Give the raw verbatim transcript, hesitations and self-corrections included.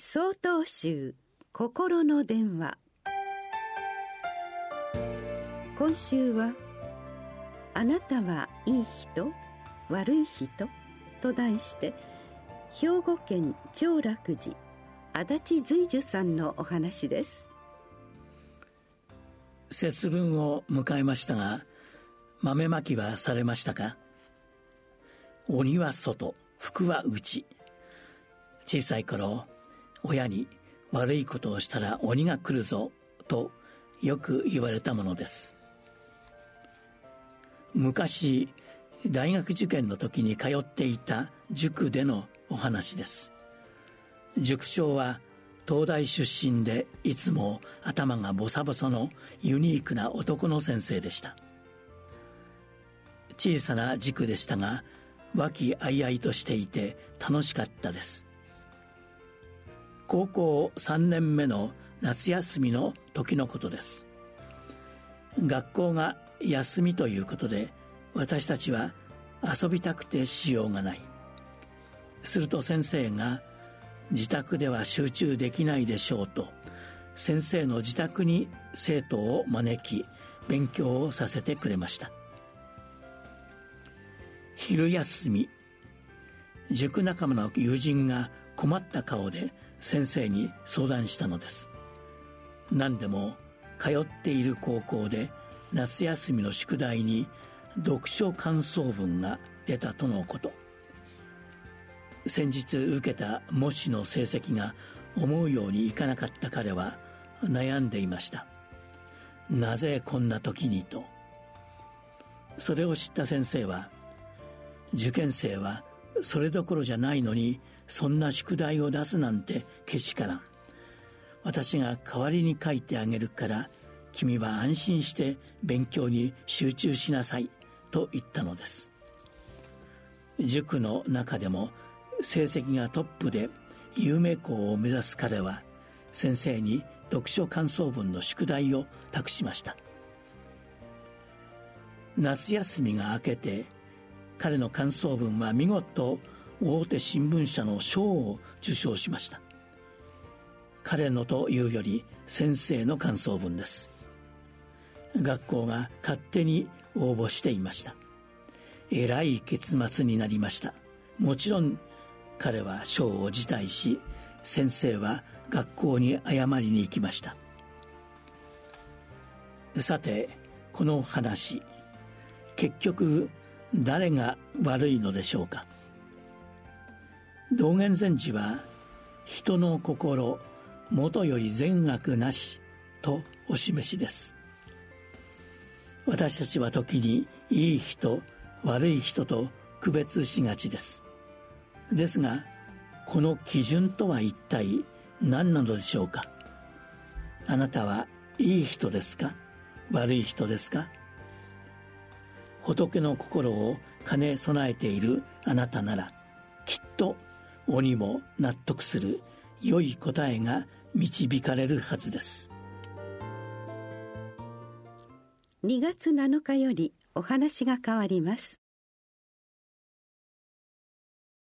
曹洞宗心の電話。今週はあなたはいい人悪い人と題して、兵庫県長楽寺足立随樹さんのお話です。 節分を迎えましたが、豆まきはされましたか？鬼は外、福は内。小さい頃、親に悪いことをしたら鬼が来るぞとよく言われたものです。昔、大学受験の時に通っていた塾でのお話です。塾長は東大出身で、いつも頭がボサボサのユニークな男の先生でした。小さな塾でしたが、和気あいあいとしていて楽しかったです。高校さんねんめの夏休みの時のことです。学校が休みということで、私たちは遊びたくてしようがない。すると先生が、自宅では集中できないでしょうと、先生の自宅に生徒を招き勉強をさせてくれました。昼休み、塾仲間の友人が困った顔で先生に相談したのです。何でも通っている高校で夏休みの宿題に読書感想文が出たとのこと。先日受けた模試の成績が思うようにいかなかった彼は悩んでいました。なぜこんな時にと。それを知った先生は、受験生はそれどころじゃないのに、そんな宿題を出すなんてけしからん。私が代わりに書いてあげるから、君は安心して勉強に集中しなさいと言ったのです。塾の中でも成績がトップで有名校を目指す彼は、先生に読書感想文の宿題を託しました。夏休みが明けて、彼の感想文は見事大手新聞社の賞を受賞しました。彼のというより先生の感想文です。学校が勝手に応募していました。えらい結末になりました。もちろん彼は賞を辞退し、先生は学校に謝りに行きました。さて、この話、結局誰が悪いのでしょうか。道元禅師は、人の心もとより善悪なしとお示しです。私たちは時にいい人悪い人と区別しがちです。ですが、この基準とは一体何なのでしょうか。あなたはいい人ですか、悪い人ですか。仏の心を兼ね備えているあなたなら、きっと鬼も納得する良い答えが導かれるはずです。 にがつなのかよりお話が変わります。